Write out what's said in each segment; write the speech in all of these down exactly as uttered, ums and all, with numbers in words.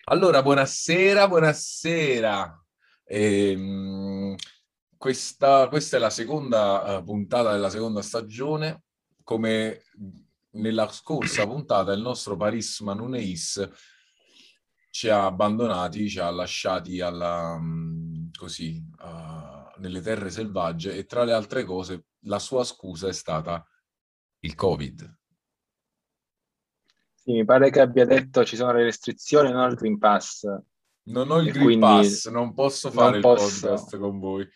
Allora, buonasera, buonasera. Ehm, questa, questa è la seconda eh, puntata della seconda stagione. Come nella scorsa puntata, il nostro Paris Manouneis ci ha abbandonati, ci ha lasciati alla, mm, così, ah, nelle terre selvagge e tra le altre cose la sua scusa è stata il Covid. Sì, mi pare che abbia detto ci sono le restrizioni, non il Green Pass, Non ho il e Green quindi Pass, non posso fare non il posso. podcast con voi.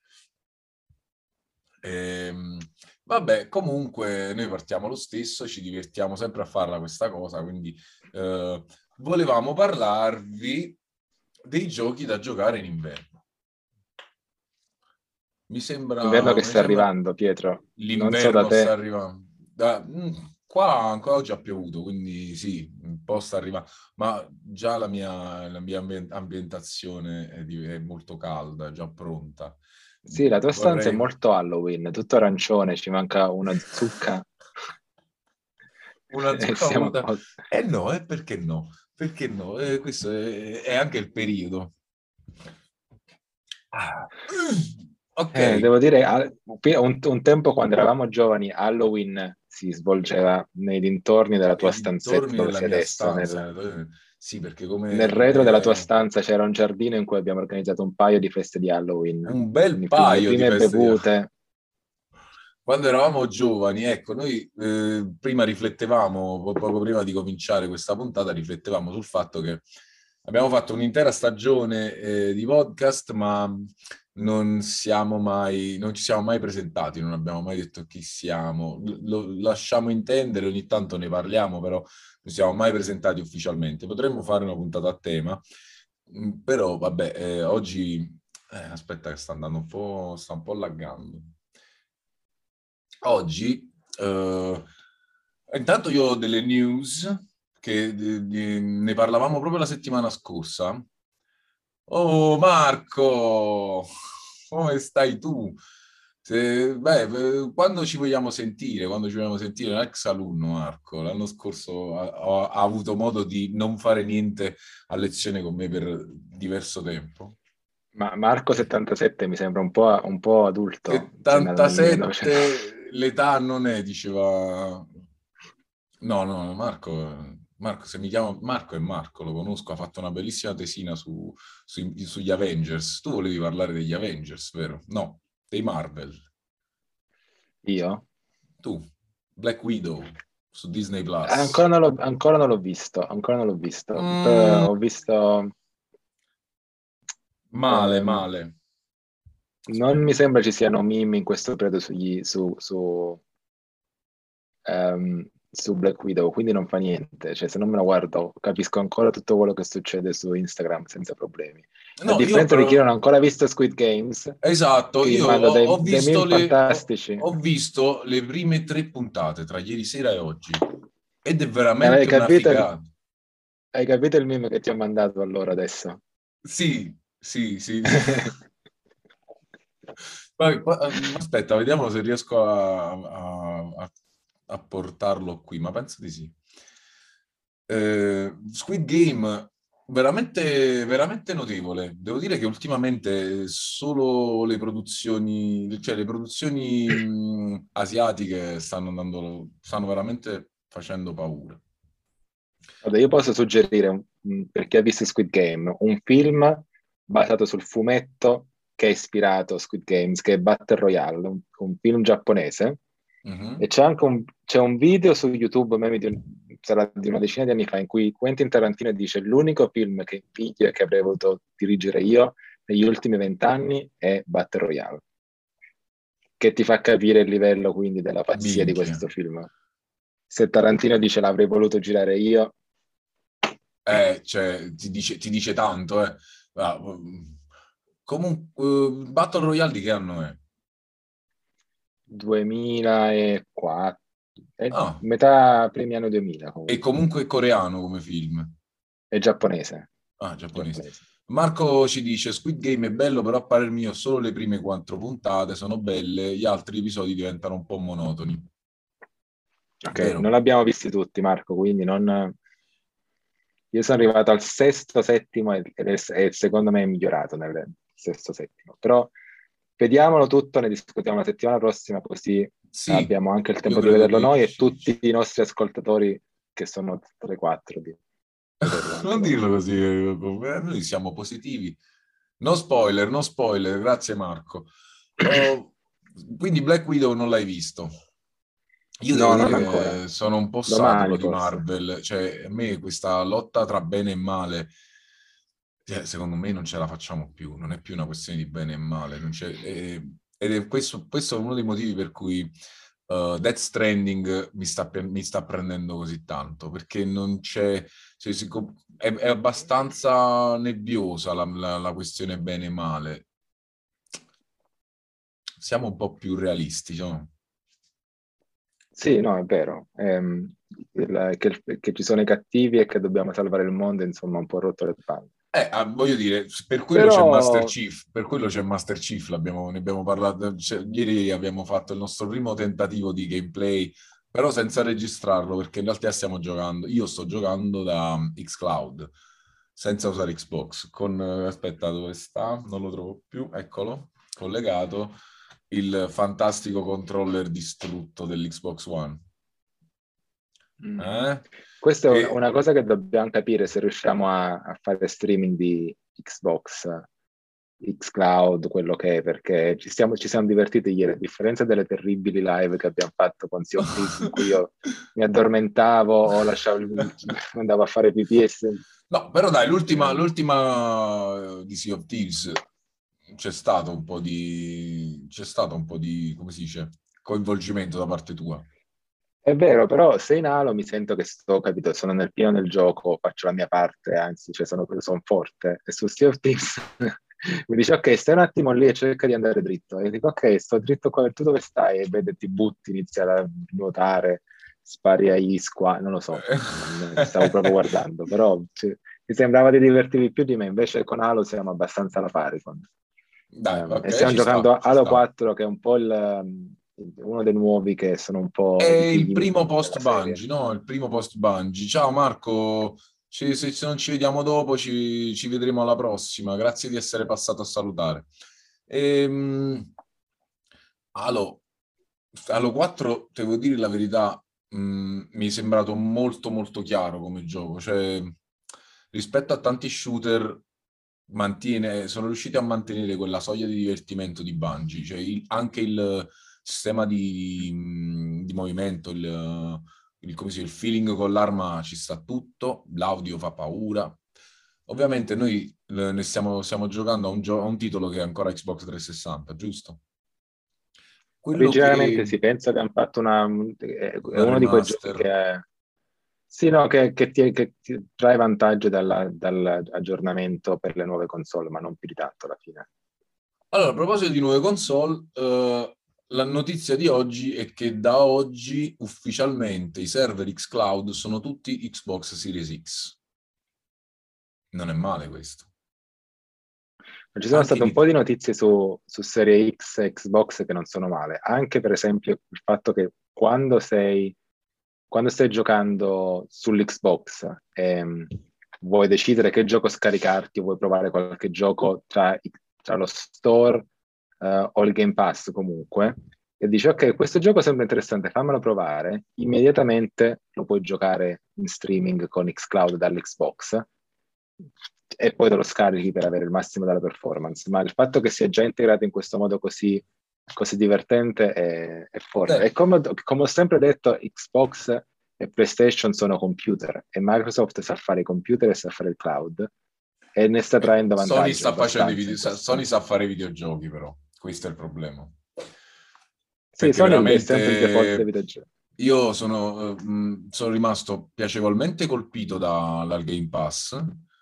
Ehm, vabbè, comunque noi partiamo lo stesso, ci divertiamo sempre a farla questa cosa, quindi eh, volevamo parlarvi dei giochi da giocare in inverno. Mi L'inverno sembra, che mi sta sembra arrivando, Pietro, non so da l'inverno sta te. arrivando. Da- mm, qua ancora oggi ha piovuto, quindi sì, un po' sta arrivando, ma già la mia, la mia ambien- ambientazione è, di- è molto calda, è già pronta. Sì, la tua stanza è Vorrei... molto Halloween, tutto arancione, ci manca una zucca Una e zucca siamo a vuota. posto. Eh no, eh, perché no? Perché no? Eh, questo è, è anche il periodo. Ah. Ok. Eh, devo dire, a- un, un tempo quando eravamo giovani, Halloween si svolgeva nei dintorni della tua Nei stanzetta dintorni dove della sei mia adesso, stanza. nel, eh, Sì, perché come, nel retro della tua come stanza c'era un giardino in cui abbiamo organizzato un paio di feste di Halloween, un bel quindi prima- le paio di prime feste di... bevute. Quando eravamo giovani, ecco, noi eh, prima riflettevamo, po- poco prima di cominciare questa puntata, riflettevamo sul fatto che abbiamo fatto un'intera stagione eh, di podcast, ma non siamo mai, non ci siamo mai presentati, non abbiamo mai detto chi siamo. L- Lo lasciamo intendere, ogni tanto ne parliamo, però non siamo mai presentati ufficialmente. Potremmo fare una puntata a tema, mm, però vabbè, eh, oggi... eh, aspetta che sta andando un po', sta un po' laggando. Oggi, eh, intanto io ho delle news che di- di- ne parlavamo proprio la settimana scorsa. Oh Marco, come stai tu? Se- beh, eh, quando ci vogliamo sentire? Quando ci vogliamo sentire? Un ex alunno, Marco. L'anno scorso ha, ha- ha avuto modo di non fare niente a lezione con me per diverso tempo. Ma Marco settantasette mi sembra un po', un po' adulto, sei nato nel millenovecento. settantasette l'età non è, diceva... No, no, Marco, Marco, se mi chiamo Marco è Marco, lo conosco, ha fatto una bellissima tesina su, sui- sugli Avengers. Tu volevi parlare degli Avengers, vero? No, dei Marvel. Io? Tu, Black Widow, su Disney Eh, Ancora Plus. non l'ho ancora non l'ho visto, ancora non l'ho visto. Mm, Però ho visto... male, ehm, male. non Aspetta. mi sembra ci siano meme in questo periodo sugli- su, su, ehm, su Black Widow, quindi non fa niente. Cioè, se non me lo guardo, capisco ancora tutto quello che succede su Instagram senza problemi. A No, io differenza di chi però... non ha ancora visto Squid Games, Esatto, che mi io manda ho, dei, ho dei visto meme le, ho, fantastici. ho visto le prime tre puntate tra ieri sera e oggi ed è E hai veramente una capito il, figata. hai capito il meme che ti ho mandato allora adesso? Sì, sì, sì. Poi, poi, ehm, aspetta, vediamo se riesco a, a- a- a portarlo qui, ma penso di sì. Eh, Squid Game, veramente, veramente notevole. Devo dire che ultimamente solo le produzioni, cioè le produzioni mh, asiatiche stanno andando, stanno veramente facendo paura. Guarda, io posso suggerire, un- per chi ha visto Squid Game, un film basato sul fumetto che ha ispirato Squid Games, che è Battle Royale, un, un film giapponese. E Mhm. c'è anche un, c'è un video su YouTube, meme di un- sarà di una decina di anni fa, in cui Quentin Tarantino dice l'unico film che invidio e che avrei voluto dirigere io negli ultimi vent'anni è Battle Royale, che ti fa capire il livello quindi della pazzia di Minchia. questo film. Se Tarantino dice l'avrei voluto girare io, Eh, cioè, ti dice, ti dice tanto, eh. Ah, um, comunque, Battle Royale di che anno è? duemilaquattro, è Ah, metà primi anni duemila e comunque, comunque è coreano come film. è giapponese, Ah, giapponese. giapponese. Marco ci dice: Squid Game è bello, però a parer mio solo le prime quattro puntate sono belle, gli altri episodi diventano un po' monotoni. Ok, Vero? non l'abbiamo visti tutti, Marco, quindi non, io sono arrivato al sesto, settimo e, e, e secondo me è migliorato nel sesto, settimo. Però vediamolo tutto, ne discutiamo la settimana prossima, così Sì, abbiamo anche il io tempo di credo vederlo che noi e ci- tutti i nostri ascoltatori, che sono tre quattro, di vederlo anche non loro. dirlo così, eh, noi siamo positivi. No spoiler, no spoiler, grazie Marco. Oh, quindi Black Widow non l'hai visto? Io devo No, non dire ancora. che sono un po' saturo Domani di forse. Marvel, cioè a me questa lotta tra bene e male, cioè, secondo me non ce la facciamo più, non è più una questione di bene e male, non c'è- e- ed è questo, questo è uno dei motivi per cui uh, Death Stranding mi sta, pre- mi sta prendendo così tanto, perché non c'è, cioè, si co- è, è abbastanza nebbiosa la, la- la questione bene e male. Siamo un po' più realisti, no? Sì, no, è vero. Ehm, il- che, che ci sono i cattivi e che dobbiamo salvare il mondo, insomma, un po' rotto le palle. Eh, ah, voglio dire, per quello c'è Master Però Chief, per quello c'è Master Chief, l'abbiamo- ne abbiamo parlato, cioè, ieri abbiamo fatto il nostro primo tentativo di gameplay, però senza registrarlo, perché in realtà stiamo giocando, io sto giocando da xCloud, senza usare Xbox, con, eh, aspetta, dove sta? Non lo trovo più, eccolo, collegato, il fantastico controller distrutto dell'Xbox One. mm, Eh? questa è una, E una cosa che dobbiamo capire se riusciamo a, a fare streaming di Xbox, xCloud, quello che è, perché ci, stiamo, ci siamo divertiti ieri, a differenza delle terribili live che abbiamo fatto con Sea of Thieves, in cui io mi addormentavo o lasciavo, il- andavo a fare pipì e se- No, però dai, l'ultima, eh, l'ultima eh, di Sea of Thieves c'è stato un po' di, c'è stato un po' di, come si dice, coinvolgimento da parte tua. È vero, però se in Halo mi sento che sto, capito, sono nel pieno del gioco, faccio la mia parte, anzi, cioè sono, sono forte. E su Sea of Thieves mi dice, ok, stai un attimo lì e cerca di andare dritto. E io dico, ok, sto dritto qua, tu dove stai? E vede, ti butti, inizi a nuotare, spari agli squali, non lo so, non, non ti stavo proprio guardando, però cioè, mi sembrava di divertirvi più di me, invece con Halo siamo abbastanza alla pari. Con, Dai, ehm, e ok, stiamo ci sta, giocando a ci Halo sta. quattro, che è un po' il uno dei nuovi che sono un È po' i il figli primo della post serie. Bungie, no? Il primo post Bungie. Ciao Marco, ci- se se non ci vediamo dopo, ci, ci vedremo alla prossima. Grazie di essere passato a salutare. Ehm, Halo, Halo quattro, devo dire la verità, mh, mi è sembrato molto molto chiaro come gioco, cioè rispetto a tanti shooter mantiene, sono riusciti a mantenere quella soglia di divertimento di Bungie, cioè il- anche il sistema di, mh, di movimento, il, il, come si dice, il feeling con l'arma ci sta tutto, l'audio fa paura. Ovviamente noi eh, ne stiamo, stiamo giocando a un, gio- a un titolo che è ancora Xbox trecentosessanta, giusto? Quello Originariamente che si pensa che hanno fatto una, è è una uno di quei giochi remaster. che, è- sì, no, che, che ti, che ti trae vantaggio dalla- dall'aggiornamento per le nuove console, ma non più di tanto alla fine. Allora, a proposito di nuove console, eh, la notizia di oggi è che da oggi ufficialmente i server xCloud sono tutti Xbox Series X. Non è male questo. Ci sono Anche state in un po' It- di notizie su, su Serie X e Xbox che non sono male, anche per esempio il fatto che quando sei, quando stai giocando sull'Xbox e vuoi decidere che gioco scaricarti o vuoi provare qualche gioco tra, tra lo store eh, o il Game Pass comunque, e dici ok, questo gioco sembra interessante, fammelo provare, immediatamente lo puoi giocare in streaming con xCloud dall'Xbox e poi te lo scarichi per avere il massimo della performance. Ma il fatto che sia già integrato in questo modo così, così divertente è, è forte. eh, E come, come ho sempre detto, Xbox e PlayStation sono computer e Microsoft sa fare i computer e sa fare il cloud e ne sta eh, traendo Sony vantaggio sta facendo i abbastanza video, in sa- Sony questo. sa fare i videogiochi, però questo è il problema. Sì, Perché Sony è sempre il default dei veramente videogiochi. io sono, eh, mh, sono rimasto piacevolmente colpito da- dal Game Pass,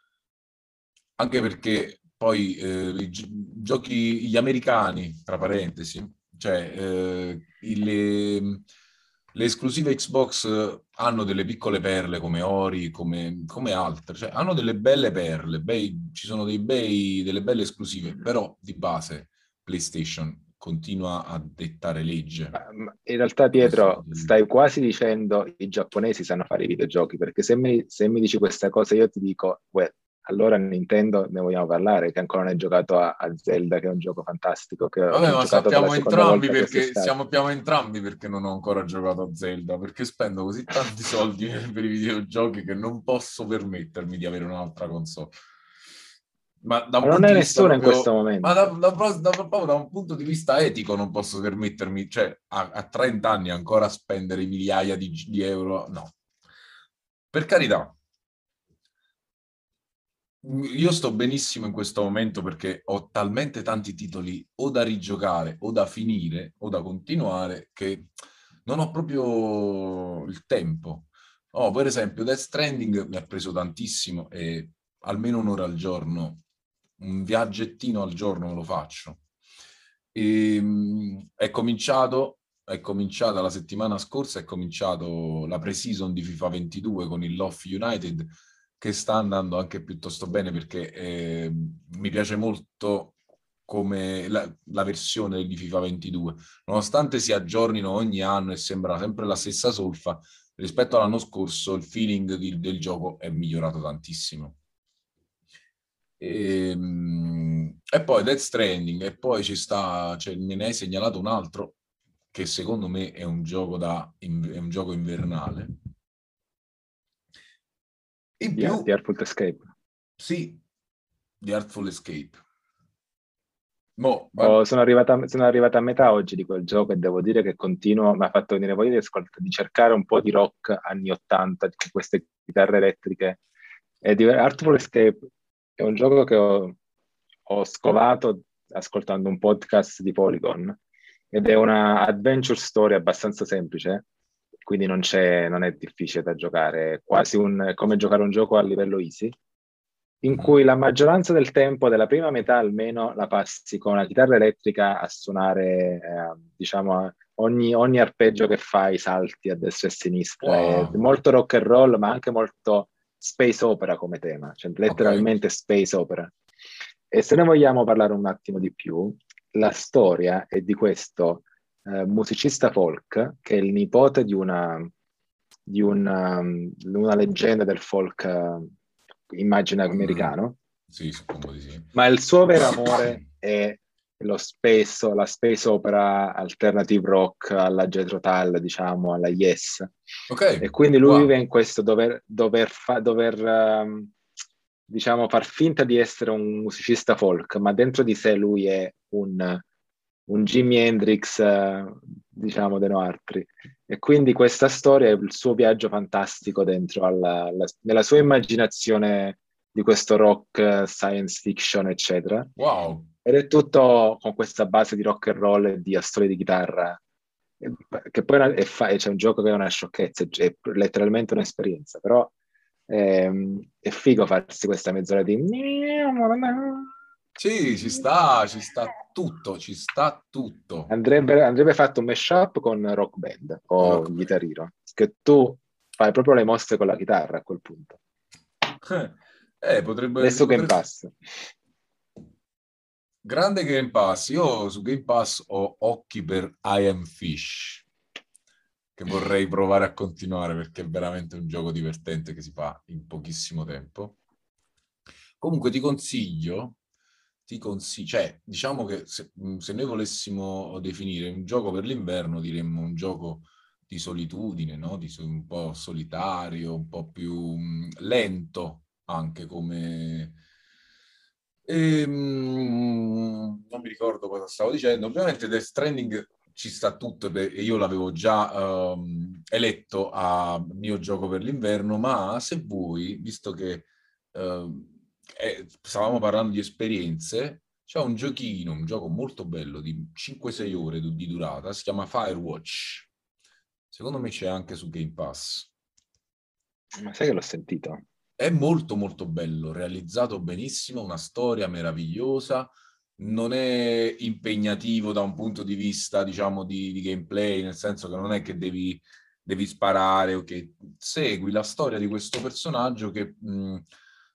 anche perché poi eh, i gi- giochi, gli americani, tra parentesi, cioè eh, il- le, le esclusive Xbox hanno delle piccole perle come Ori, come, come altre, cioè hanno delle belle perle, bei- ci sono dei bei, delle belle esclusive, però di base PlayStation continua a dettare legge. Ma in realtà, Pietro, stai quasi dicendo i giapponesi sanno fare i videogiochi, perché se mi, se mi dici questa cosa io ti dico, well, allora Nintendo ne vogliamo parlare, che ancora non hai giocato a, a Zelda, che è un gioco fantastico, che, Vabbè, che ho ma giocato per la sappiamo seconda entrambi volta perché quest'estate. sappiamo entrambi perché non ho ancora giocato a Zelda, perché spendo così tanti soldi per i videogiochi che non posso permettermi di avere un'altra console. Ma da un Ma non punto è di vista nessuno in questo proprio, ma da, momento. da- da- proprio da un punto di vista etico non posso permettermi, cioè a, a trenta anni ancora spendere migliaia di, di euro, no. Per carità, io sto benissimo in questo momento perché ho talmente tanti titoli o da rigiocare o da finire o da continuare che non ho proprio il tempo. Oh, per esempio, Death Stranding mi ha preso tantissimo e almeno un'ora al giorno, un viaggettino al giorno me lo faccio. E, mh, è cominciato, è cominciata la settimana scorsa, è cominciato la pre-season di FIFA ventidue con il Loft United, che sta andando anche piuttosto bene perché eh, mi piace molto come la, la versione di FIFA ventidue, nonostante si aggiornino ogni anno e sembra sempre la stessa solfa, rispetto all'anno scorso il feeling di, del gioco è migliorato tantissimo. E, e poi Death Stranding, e poi ci sta, cioè, me ne hai segnalato un altro che secondo me è un gioco da è un gioco invernale. In Di, di più, Artful Escape. sì, The Artful Escape. Mo, ma... Oh, sono arrivata, sono arrivata a metà oggi di quel gioco e devo dire che continuo, mi ha fatto venire voglia di, ascolt- di cercare un po' di rock anni ottanta, con queste chitarre elettriche. E di Artful Escape è un gioco che ho, ho scovato ascoltando un podcast di Polygon ed è una adventure story abbastanza semplice, quindi non c'è, non è difficile da giocare, è quasi un, è come giocare un gioco a livello easy in Mm. cui la maggioranza del tempo, della prima metà almeno, la passi con la chitarra elettrica a suonare, eh, diciamo, ogni, ogni arpeggio che fai, salti a destra e a sinistra. È Wow, molto rock and roll, ma anche molto space opera come tema, cioè ok. letteralmente space opera. E se ne vogliamo parlare un attimo di più, la storia è di questo eh, musicista folk che è il nipote di una, di una, una leggenda del folk, eh, immagina Mm, americano, sì, suppongo di sì. ma il suo vero amore è lo space, la space opera alternative rock alla Jethro Tull, diciamo, alla Yes. Ok, E quindi lui vive wow. in questo dover, dover, fa, dover um, diciamo, far finta di essere un musicista folk, ma dentro di sé lui è un, un Jimi Hendrix, uh, diciamo, de Noartri. E quindi questa storia è il suo viaggio fantastico dentro alla, alla, nella sua immaginazione di questo rock, eh, science fiction, eccetera. Wow. Ed è tutto con questa base di rock and roll e di assoli di chitarra, eh, che poi è una- è fa- c'è un gioco che è una sciocchezza, è letteralmente un'esperienza, però ehm, è figo farsi questa mezz'ora di... Sì, ci sta, ci sta tutto, ci sta tutto. Andrebbe, andrebbe fatto un mashup con Rock Band o Rock Band. Guitar Hero, che tu fai proprio le mosse con la chitarra a quel punto. Eh, potrebbe, Adesso si Game potrebbe... Pass. Grande Game Pass. Io su Game Pass ho occhi per I Am Fish, che vorrei provare a continuare perché è veramente un gioco divertente che si fa in pochissimo tempo. Comunque ti consiglio, ti consiglio, cioè diciamo che se, se noi volessimo definire un gioco per l'inverno, diremmo un gioco di solitudine, no? Di, so- un po' solitario, un po' più mh, lento anche come... Ehm, non mi ricordo cosa stavo dicendo. Ovviamente Death Stranding ci sta tutto e io l'avevo già ehm, eletto a mio gioco per l'inverno, ma se vuoi, visto che ehm, eh, stavamo parlando di esperienze, c'è un giochino, un gioco molto bello di cinque sei ore di di durata, si chiama Firewatch. Secondo me c'è anche su Game Pass. Ma sai che l'ho sentito? È molto molto bello, realizzato benissimo, una storia meravigliosa, non è impegnativo da un punto di vista, diciamo, di, di gameplay, nel senso che non è che devi, devi sparare o che segui la storia di questo personaggio che mh,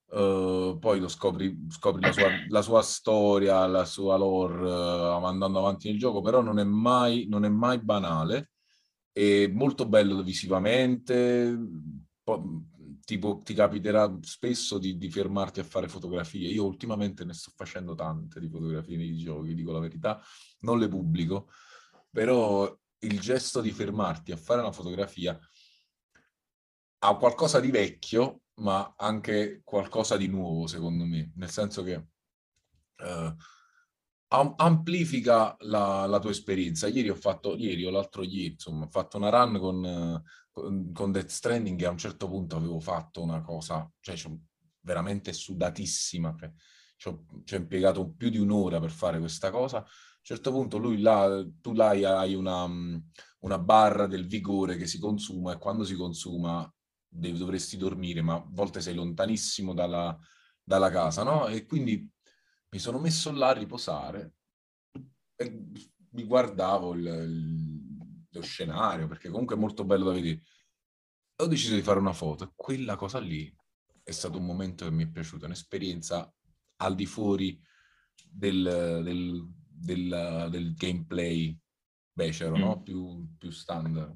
Uh, poi lo scopri, scopri la sua, la sua storia, la sua lore uh, andando avanti nel gioco, però non è mai, non è mai banale, è molto bello visivamente, po- tipo ti capiterà spesso di, di fermarti a fare fotografie. Io ultimamente ne sto facendo tante di fotografie nei giochi, dico la verità, non le pubblico, però il gesto di fermarti a fare una fotografia ha qualcosa di vecchio, ma anche qualcosa di nuovo, secondo me, nel senso che eh, am- amplifica la, la tua esperienza. Ieri ho fatto, ieri o l'altro ieri, insomma, ho fatto una run con, eh, con, con Death Stranding e a un certo punto avevo fatto una cosa, cioè c'ho veramente sudatissima, cioè, c'ho, ci ho impiegato più di un'ora per fare questa cosa. A un certo punto lui là, tu là hai una, una barra del vigore che si consuma e quando si consuma devi- dovresti dormire, ma a volte sei lontanissimo dalla, dalla casa, no? E quindi mi sono messo là a riposare e mi guardavo il- il- lo scenario, perché comunque è molto bello da vedere. Ho deciso di fare una foto e quella cosa lì è stato un momento che mi è piaciuto, un'esperienza al di fuori del, del, del, del gameplay becero, no? Mm. Più, più standard.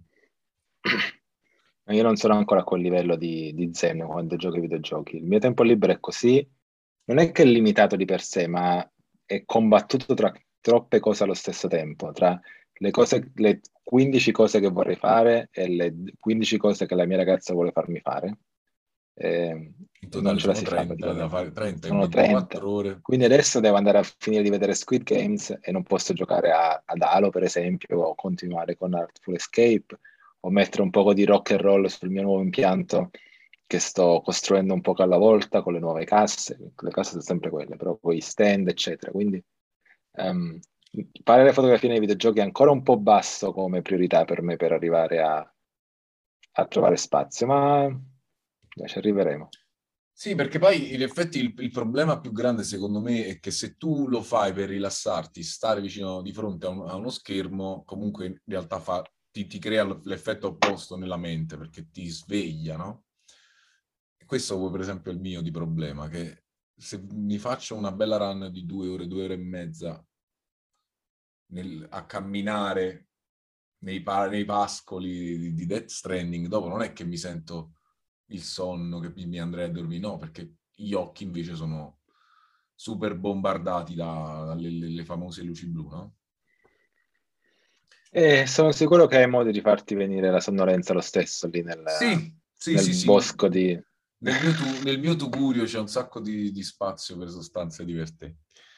Ma io non sono ancora a quel livello di, di zen quando gioco ai videogiochi. Il mio tempo libero è così, non è che è limitato di per sé, ma è combattuto tra troppe cose allo stesso tempo, tra le cose, le quindici cose che vorrei fare e le quindici cose che la mia ragazza vuole farmi fare. E, In e non totale ce la sono si fa trenta da praticamente. fare, trenta in Sono trenta. ventiquattro ore. Quindi adesso devo andare a finire di vedere Squid Games e non posso giocare a- ad Halo, per esempio, o continuare con Artful Escape, o mettere un po' di rock and roll sul mio nuovo impianto che sto costruendo un po' alla volta con le nuove casse. Le casse sono sempre quelle, però con i stand, eccetera. Quindi ehm, fare le fotografie nei videogiochi è ancora un po' basso come priorità per me per arrivare a, a trovare spazio, ma dai, ci arriveremo. Sì, perché poi in effetti il, il problema più grande secondo me è che se tu lo fai per rilassarti, stare vicino di fronte a, un- a uno schermo, comunque in realtà fa- ti, ti crea l- l'effetto opposto nella mente perché ti sveglia, no? E questo per esempio è il mio di problema, che se mi faccio una bella run di due ore, due ore e mezza nel- a camminare nei, pa- nei pascoli di, di Death Stranding, dopo non è che mi sento il sonno, che mi mi andrei a dormire, no, perché gli occhi invece sono super bombardati da- dalle le- le famose luci blu, no? E sono sicuro che hai modo di farti venire la sonnolenza lo stesso lì nel, Sì, sì, nel sì, sì. bosco di... Nel mio, tu- nel mio tugurio c'è un sacco di, di spazio per sostanze divertenti.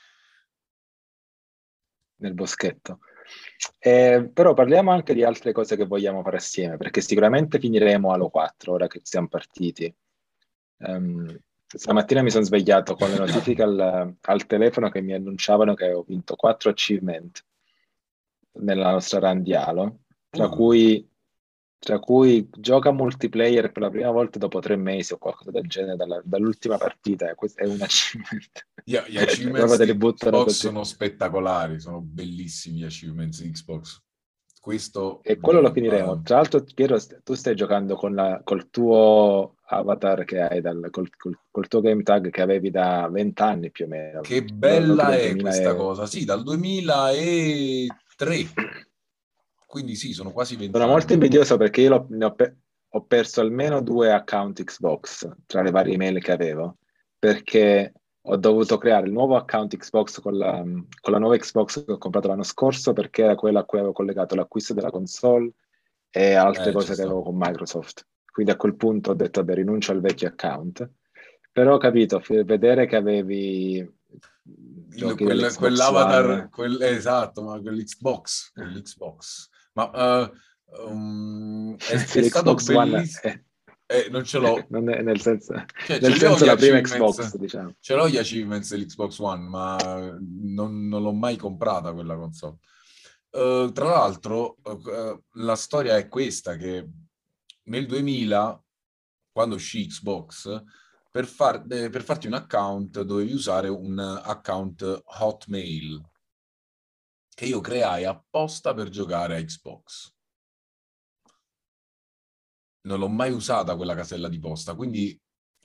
nel boschetto. Eh, però parliamo anche di altre cose che vogliamo fare assieme, perché sicuramente finiremo Halo quattro ora che siamo partiti. Ehm, stamattina mi sono svegliato con le notifiche al, al telefono che mi annunciavano che ho vinto quattro achievement nella nostra run di Halo, tra Uh, cui, tra cui gioca multiplayer per la prima volta dopo tre mesi o qualcosa del genere dalla- dall'ultima partita. E questo è un achievement. gli, gli Cioè, proprio achievements te li di buttano Xbox così. sono spettacolari, sono bellissimi gli achievements di Xbox. Questo, E quello lo mm, finiremo. eh, Tra l'altro, Piero, st- tu stai giocando con la- col tuo avatar che hai, dal- col, col- col tuo game tag che avevi da venti anni più o meno. che Credo che bella dal è duemila questa e- cosa. Sì, dal duemilatré, quindi sì, sono quasi Sono molto vent'anni. invidioso perché io l'ho- ne ho, pe- ho perso almeno due account Xbox tra le varie email che avevo, perché ho dovuto creare il nuovo account Xbox con la, con la nuova Xbox che ho comprato l'anno scorso, perché era quella a cui avevo collegato l'acquisto della console e altre Eh, ci cose che sta. avevo con Microsoft. Quindi a quel punto ho detto, vabbè, rinuncio al vecchio account. Però ho capito, f- vedere che avevi Il- giochi quel- dell'Xbox quell'avatar, One. quel- esatto, ma quell'Xbox, quell'Xbox. Ma eh, um, è, Sì, è stato l'Xbox One bellissimo. è, Eh, non ce l'ho. non è nel senso, Cioè, ce nel li ho senso gli la prima achievements, Xbox, diciamo. ce l'ho gli achievements dell'Xbox One, ma non, non l'ho mai comprata quella console. Eh, tra l'altro, eh, la storia è questa, che nel duemila, quando uscì Xbox, per, far- eh, per farti un account dovevi usare un account Hotmail, che io creai apposta per giocare a Xbox. Non l'ho mai usata quella casella di posta, quindi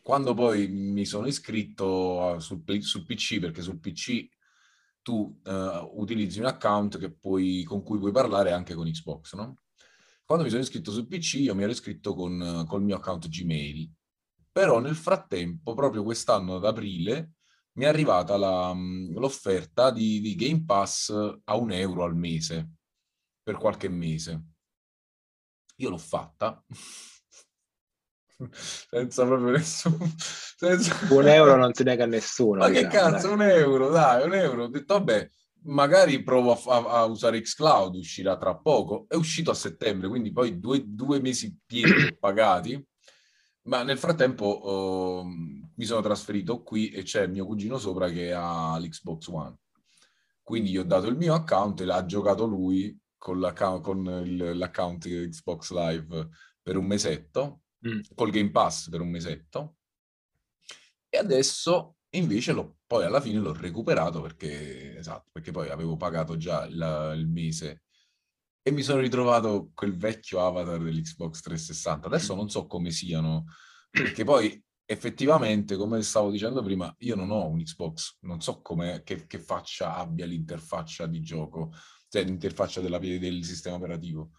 quando poi mi sono iscritto sul, sul P C, perché sul P C tu uh, utilizzi un account che puoi, con cui puoi parlare anche con Xbox, no? Quando mi sono iscritto sul P C io mi ero iscritto con col mio account Gmail, però nel frattempo, proprio quest'anno ad aprile, mi è arrivata la, l'offerta di, di Game Pass a un euro al mese, per qualche mese. Io l'ho fatta, senza proprio nessuno... Senza... Un euro non si nega a nessuno, Ma che diciamo, cazzo, dai. un euro, dai, un euro. Ho detto, vabbè, magari provo a, a, a usare xCloud, uscirà tra poco. È uscito a settembre, quindi poi due, due mesi pieni li ho pagati. Ma nel frattempo uh, mi sono trasferito qui e c'è mio cugino sopra che ha l'Xbox One. Quindi gli ho dato il mio account e l'ha giocato lui con l'account, con il, l'account Xbox Live per un mesetto, mm. col Game Pass per un mesetto. E adesso invece l'ho, poi alla fine l'ho recuperato perché, esatto, perché poi avevo pagato già il, il mese e mi sono ritrovato quel vecchio avatar dell'Xbox trecentosessanta. Adesso non so come siano, perché poi effettivamente, come stavo dicendo prima, io non ho un Xbox, non so come, che, che faccia abbia l'interfaccia di gioco, cioè l'interfaccia della, del sistema operativo.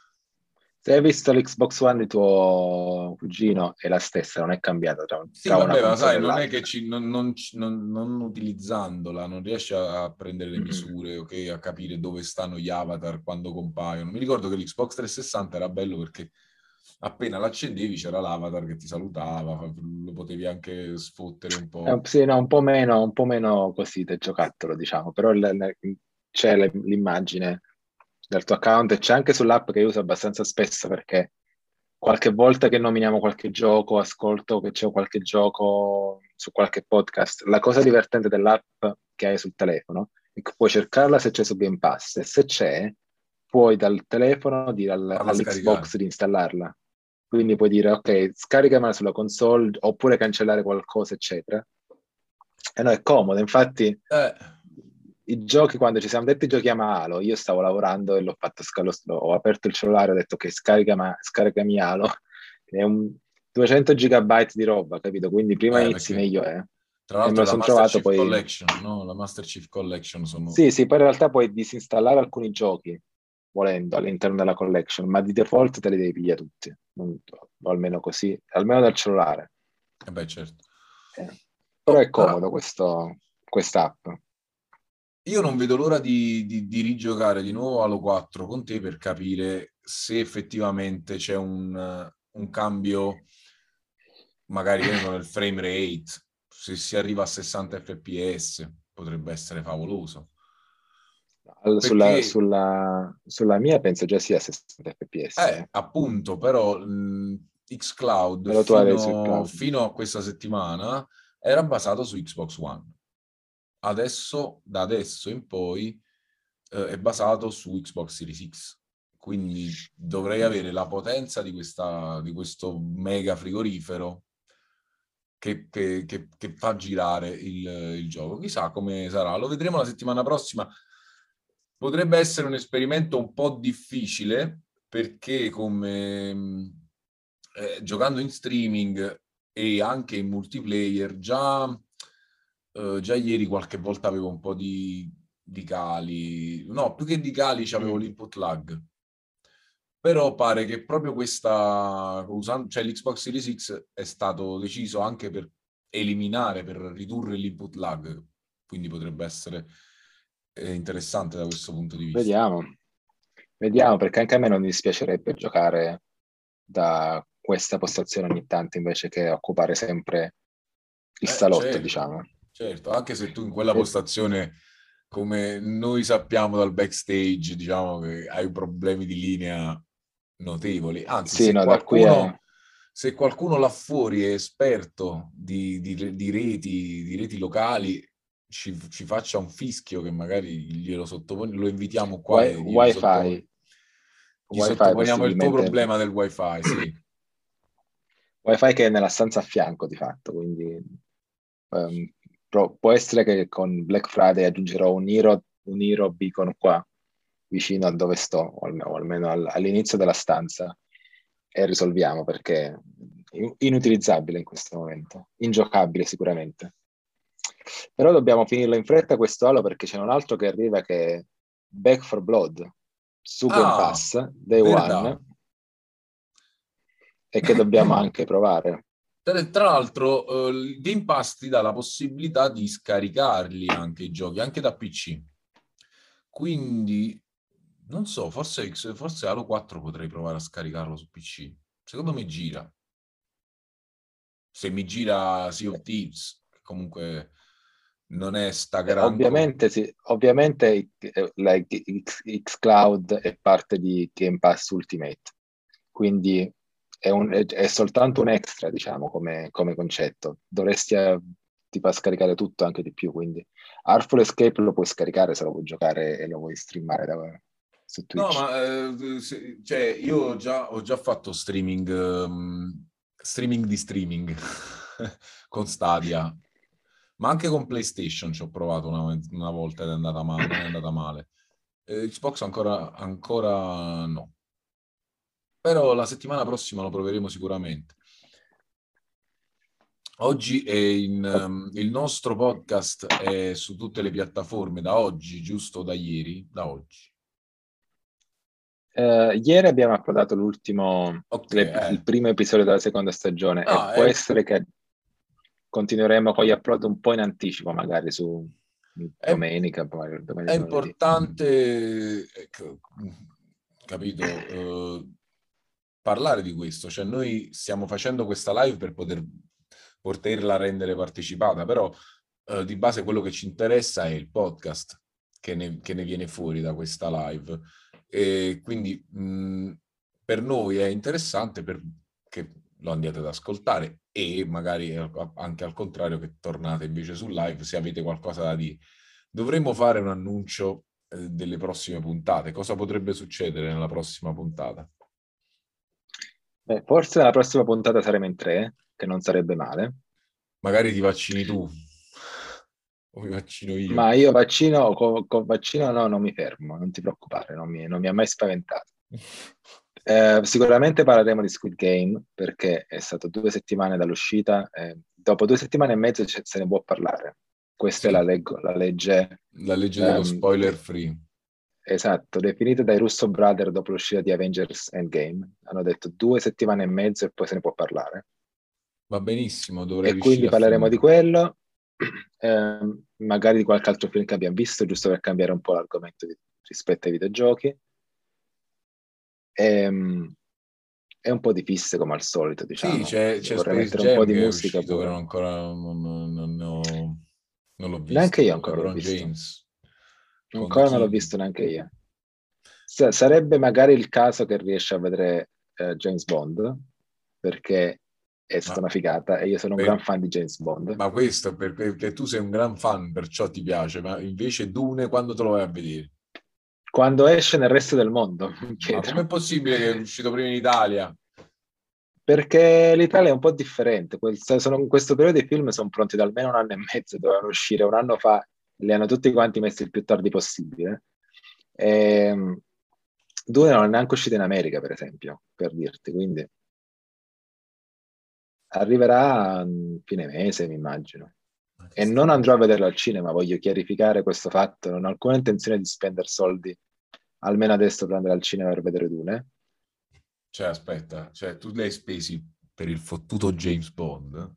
Se hai visto l'Xbox One di tuo cugino, è la stessa, non è cambiata tra, Sì, tra una vabbè, ma console sai, e non è l'altra. che ci, non, non, non, non utilizzandola non riesci a, a prendere le Mm-hmm. misure, ok, a capire dove stanno gli avatar quando compaiono. Mi ricordo che l'Xbox trecentosessanta era bello perché appena l'accendevi c'era l'avatar che ti salutava, lo potevi anche sfottere un Eh, po'. sì, no, un po' meno, un po' meno così del giocattolo, diciamo, però l- l- c'è l- l'immagine del tuo account e c'è anche sull'app che io uso abbastanza spesso perché qualche volta che nominiamo qualche gioco, ascolto che c'è qualche gioco su qualche podcast. La cosa divertente dell'app che hai sul telefono è che puoi cercarla se c'è su Game Pass e se c'è, puoi dal telefono dire al- Farla scaricare. all'Xbox di installarla. Quindi puoi dire, ok, scaricamela sulla console oppure cancellare qualcosa, eccetera. E no, è comodo, infatti Eh, i giochi, quando ci siamo detti giochiamo a Halo, io stavo lavorando e l'ho fatto scalo, ho aperto il cellulare e ho detto che scarica, scaricami Halo, che è un duecento gigabyte di roba, capito? Quindi prima eh, inizi perché meglio è. tra E me l'altro lo la sono Master trovato Chief poi... Collection, no? La Master Chief Collection sono... Sì, sì, poi in realtà puoi disinstallare alcuni giochi, volendo, all'interno della collection, ma di default te li devi pigliare tutti, non- o almeno così, almeno dal cellulare. Eh beh, certo. Eh. Però Oh, è però comodo questo, quest'app. io non vedo l'ora di, di, di rigiocare di nuovo Halo quattro con te per capire se effettivamente c'è un, un cambio, magari che ne so, nel frame rate, se si arriva a sessanta F P S, potrebbe essere favoloso. Al- Sulla, Perché, sulla, sulla mia penso già sia sessanta F P S. eh, eh. appunto, però mh, xCloud Però tu hai sul fino, cloud. fino a questa settimana era basato su Xbox One. Adesso, da adesso in poi, eh, è basato su Xbox Series X. Quindi dovrei avere la potenza di, questa, di questo mega frigorifero che, che, che, che fa girare il, il gioco. Chissà come sarà, lo vedremo la settimana prossima. Potrebbe essere un esperimento un po' difficile perché come eh, giocando in streaming e anche in multiplayer già, eh, già ieri qualche volta avevo un po' di, di cali, no, più che di cali c'avevo Mm. l'input lag. Però pare che proprio questa, usando, cioè l'Xbox Series X è stato deciso anche per eliminare, per ridurre l'input lag, quindi potrebbe essere eh, interessante da questo punto di vista. Vediamo, vediamo, perché anche a me non mi dispiacerebbe giocare da questa postazione ogni tanto invece che occupare sempre il Eh, salotto, certo, diciamo. certo, anche se tu in quella E- postazione, come noi sappiamo dal backstage, diciamo che hai problemi di linea notevoli. Anzi, sì, se no, da qui è... qualcuno, se qualcuno là fuori è esperto di, di- di reti, di reti locali, ci, ci faccia un fischio che magari glielo sottopone, lo invitiamo qua wi- e gli Wi-Fi, sottopone- gli Wi-Fi sottoponiamo il tuo possibilmente, problema del wifi, sì. Wi-Fi che è nella stanza a fianco di fatto, quindi ehm, pro- può essere che con Black Friday aggiungerò un Hero, un Hero Beacon qua vicino a dove sto, o almeno, o almeno al- all'inizio della stanza e risolviamo perché inutilizzabile in questo momento, ingiocabile sicuramente. Però dobbiamo finirlo in fretta questo Halo perché c'è un altro che arriva che è Back for Blood su Game Ah, Pass Day verità. One e che dobbiamo anche provare. Tra, tra l'altro, eh, il Game Pass ti dà la possibilità di scaricarli anche i giochi, anche da P C. Quindi, non so, forse, forse Halo quattro potrei provare a scaricarlo su P C. Secondo me gira. Se mi gira Sea of Thieves, che comunque non è sta Eh, granco. ovviamente, sì, ovviamente eh, like, X, Xcloud è parte di Game Pass Ultimate, quindi è, un, è, è soltanto un extra, diciamo, come, come concetto. Dovresti eh, ti fa scaricare tutto, anche di più, quindi Artful Escape lo puoi scaricare se lo vuoi giocare e lo vuoi streamare da, su No, Twitch. ma eh, se- cioè, io ho già, ho già fatto streaming, ehm, streaming di streaming con Stadia, ma anche con PlayStation ci ho provato una, una volta ed è andata ma- non è andata male. Eh, Xbox ancora, ancora no, però la settimana prossima lo proveremo sicuramente. Oggi è in, ehm, il nostro podcast è su tutte le piattaforme da oggi, giusto da ieri? Da oggi. Eh, ieri abbiamo approdato l'ultimo, Ok, le- il eh. primo episodio della seconda stagione e No, può è, essere che continueremo con gli upload un po' in anticipo, magari su è domenica, poi È domenica, lunedì. importante, ecco, capito, eh, parlare di questo. Cioè, noi stiamo facendo questa live per poter, poterla rendere partecipata, però eh, di base quello che ci interessa è il podcast che ne, che ne viene fuori da questa live. E quindi mh, per noi è interessante perché lo andiate ad ascoltare e magari eh, anche al contrario che tornate invece sul live se avete qualcosa da dire. Dovremmo fare un annuncio eh, delle prossime puntate. Cosa potrebbe succedere nella prossima puntata? Beh, forse la prossima puntata saremo in tre, che non sarebbe male, Magari ti vaccini tu o mi vaccino io. ma io vaccino, con, con vaccino no, non mi fermo, non ti preoccupare, non mi, non mi ha mai spaventato. Eh, sicuramente parleremo di Squid Game perché è stato due settimane dall'uscita, eh, dopo due settimane e mezzo ce- se ne può parlare. Questa è la, Sì, leggo- la legge, la legge dello ehm, spoiler de- free. esatto, definita dai Russo Brother dopo l'uscita di Avengers Endgame. Hanno detto due settimane e mezzo e poi se ne può parlare. Va benissimo, dovrei E riuscire quindi a parleremo di finire. quello, ehm, magari di qualche altro film che abbiamo visto, giusto per cambiare un po' l'argomento di- rispetto ai videogiochi. Ehm, è un po' di fisse come al solito, Sì, diciamo. c'è, Io c'è vorrei Space mettere un po' Jam di che è musica uscito, che non pure. ancora non, non- non ho- non l'ho Neanche io visto. ancora l'ho LeBron visto. James con The Ancora non l'ho King. visto neanche io. Sa- sarebbe magari il caso che riesci a vedere eh, James Bond, perché è stata Ma, una figata e io sono un gran per- fan di James Bond. ma questo è perché tu sei un gran fan, perciò ti piace, ma invece Dune quando te lo vai a vedere? Quando esce nel resto del mondo, mi Ma com'è chiedo. possibile che è uscito prima in Italia? Perché l'Italia è un po' differente. Quel- sono- in questo periodo i film sono pronti da almeno un anno e mezzo, dovevano uscire un anno fa, li hanno tutti quanti messi il più tardi possibile. Ehm, Due non è neanche uscito in America, per esempio, per dirti, quindi arriverà a fine mese, mi immagino. Ma che E non strano. andrò a vederlo al cinema, voglio chiarificare questo fatto, non ho alcuna intenzione di spendere soldi, almeno adesso, per andare al cinema per vedere Dune. Cioè, aspetta, cioè, tu li hai spesi per il fottuto James Bond?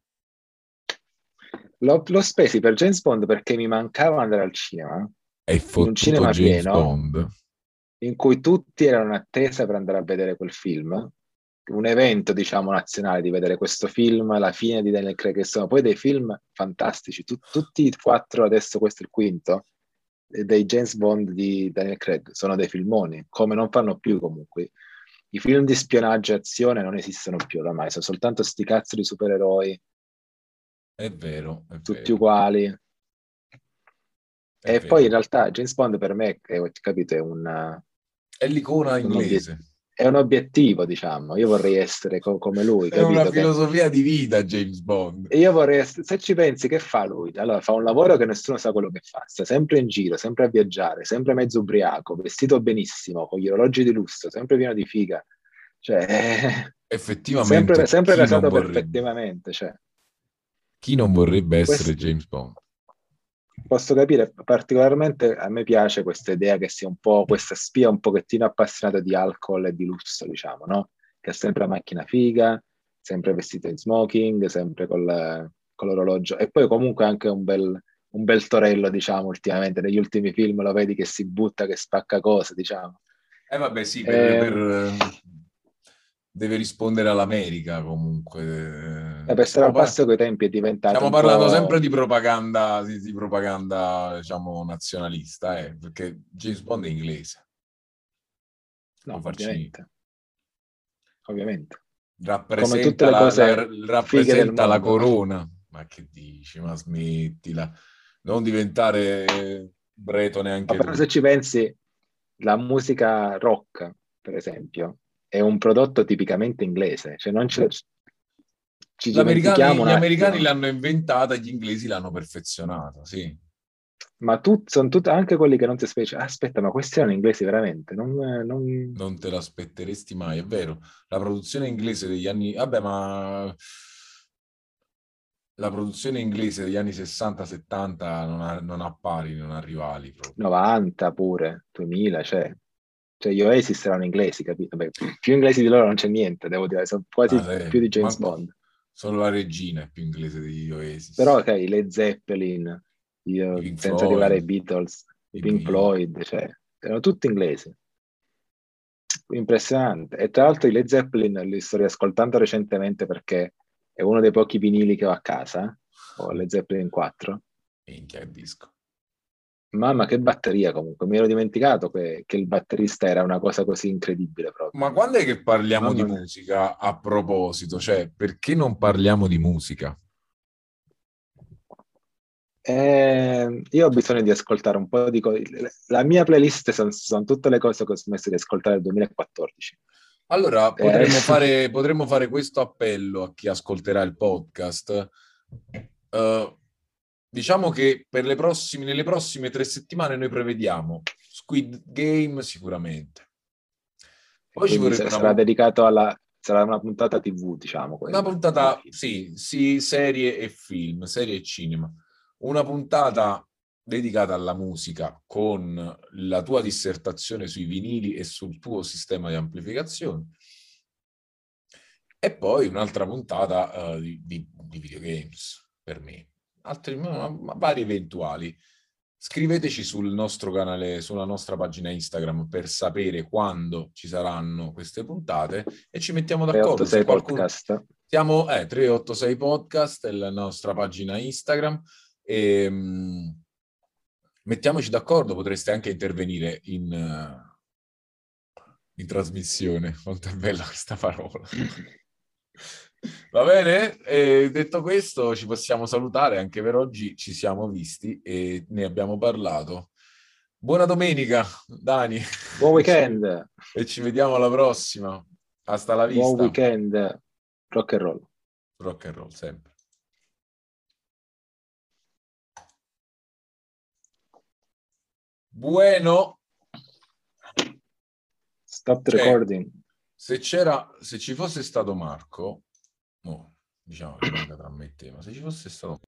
L'ho, l'ho spesi per James Bond perché mi mancava andare al cinema, È in un fottuto cinema James pieno, Bond? in cui tutti erano in attesa per andare a vedere quel film, un evento, diciamo, nazionale di vedere questo film, la fine di Daniel Craig, che sono poi dei film fantastici, Tu- tutti e quattro, adesso questo è il quinto, eh, dei James Bond di Daniel Craig, sono dei filmoni, come non fanno più comunque. I film di spionaggio e azione non esistono più oramai, sono soltanto sti cazzo di supereroi, È vero, è tutti vero, uguali. è E poi in vero. realtà James Bond per me, è, capito, è un, È l'icona un obiet- inglese. è un obiettivo, diciamo. Io vorrei essere co- come lui, È una capito? Che filosofia di vita, James Bond. e io vorrei essere, se ci pensi, che fa lui? Allora, fa un lavoro che nessuno sa quello che fa, sta sempre in giro, sempre a viaggiare, sempre mezzo ubriaco, vestito benissimo, con gli orologi di lusso, sempre pieno di figa. Cioè, Effettivamente, sempre, sempre chi non rasato vorrebbe? perfettamente, cioè. Chi non vorrebbe essere Questo, James Bond? posso capire, particolarmente a me piace questa idea che sia un po' questa spia un pochettino appassionata di alcol e di lusso, diciamo, no? Che ha sempre la macchina figa, sempre vestito in smoking, sempre col, con l'orologio. E poi comunque anche un bel, un bel torello, diciamo, ultimamente. Negli ultimi film lo vedi che si butta, che spacca cose, diciamo. Eh vabbè, sì, per, per, Ehm, eh, deve rispondere all'America e comunque. per stare Stiamo, al par- passo coi tempi è diventato stiamo un parlando sempre po'... di propaganda, di, di propaganda, diciamo, nazionalista, eh, perché James Bond è inglese, può No, farci niente. ovviamente, ovviamente. Come tutte Rappresenta le la, la- cose fighe del rappresenta la mondo. corona. Ma che dici? Ma smettila. Non diventare eh, bretone Ma anche però tu. se ci pensi, la musica rock, per esempio, è un prodotto tipicamente inglese, cioè non ce- ci L'americani- dimentichiamo un gli americani attimo, l'hanno inventata, gli inglesi l'hanno perfezionata, sì. ma tu, sono tutti anche quelli che non si specie. Aspetta, ma questi erano inglesi veramente? Non, non- Non te l'aspetteresti mai, è vero. La produzione inglese degli anni... Vabbè, ma la produzione inglese degli anni sessanta settanta non ha, non ha pari, non ha rivali proprio. novanta pure, duemila, cioè, cioè gli Oasis erano inglesi, capito? Beh, più inglesi di loro non c'è niente, devo dire, sono Ah, quasi sì, più di James manco Bond. solo la regina è più inglese degli Però, Oasis. ok, Led Zeppelin, I io- Pink senza arrivare ai Floyd, Beatles, i i Pink Bee, Floyd, cioè, erano tutti inglesi. Impressionante. E tra l'altro i Led Zeppelin li sto riascoltando recentemente perché è uno dei pochi vinili che ho a casa, ho Led Zeppelin quattro. minchia che disco. Mamma, che batteria comunque, mi ero dimenticato che, che il batterista era una cosa così incredibile proprio. Ma quando è che parliamo di Mamma mia. musica a proposito? Cioè, perché non parliamo di musica? Eh, io ho bisogno di ascoltare un po' di cose. La mia playlist sono tutte le cose che ho smesso di ascoltare nel duemilaquattordici. Allora, E potremmo adesso fare, potremmo fare questo appello a chi ascolterà il podcast. Eh, diciamo che per le prossime, nelle prossime tre settimane noi prevediamo Squid Game sicuramente. Poi ci quindi vorrebbe sa- una, sarà pun- dedicato alla, sarà una puntata T V, diciamo, una quella, alla puntata, fine. sì, sì, serie e film, serie e cinema. Una puntata dedicata alla musica con la tua dissertazione sui vinili e sul tuo sistema di amplificazione. E poi un'altra puntata uh, di, di, di videogames per me, altri ma, ma vari eventuali. Scriveteci sul nostro canale, sulla nostra pagina Instagram per sapere quando ci saranno queste puntate e ci mettiamo d'accordo. Se tre otto sei qualcuno... podcast. Siamo eh, tre otto sei Podcast, è la nostra pagina Instagram. E, mh, mettiamoci d'accordo, potreste anche intervenire in, uh, in trasmissione. Quanto è bella questa parola. Va bene? E detto questo, ci possiamo salutare anche per oggi. Ci siamo visti e ne abbiamo parlato. Buona domenica, Dani, Buon e ci, weekend, e ci vediamo alla prossima. Hasta la buon vista. weekend, rock and roll. Rock and roll sempre. Bueno. Stop the Cioè, recording. se c'era, se ci fosse stato Marco, no, diciamo rimanga tra me e te, ma se ci fosse stato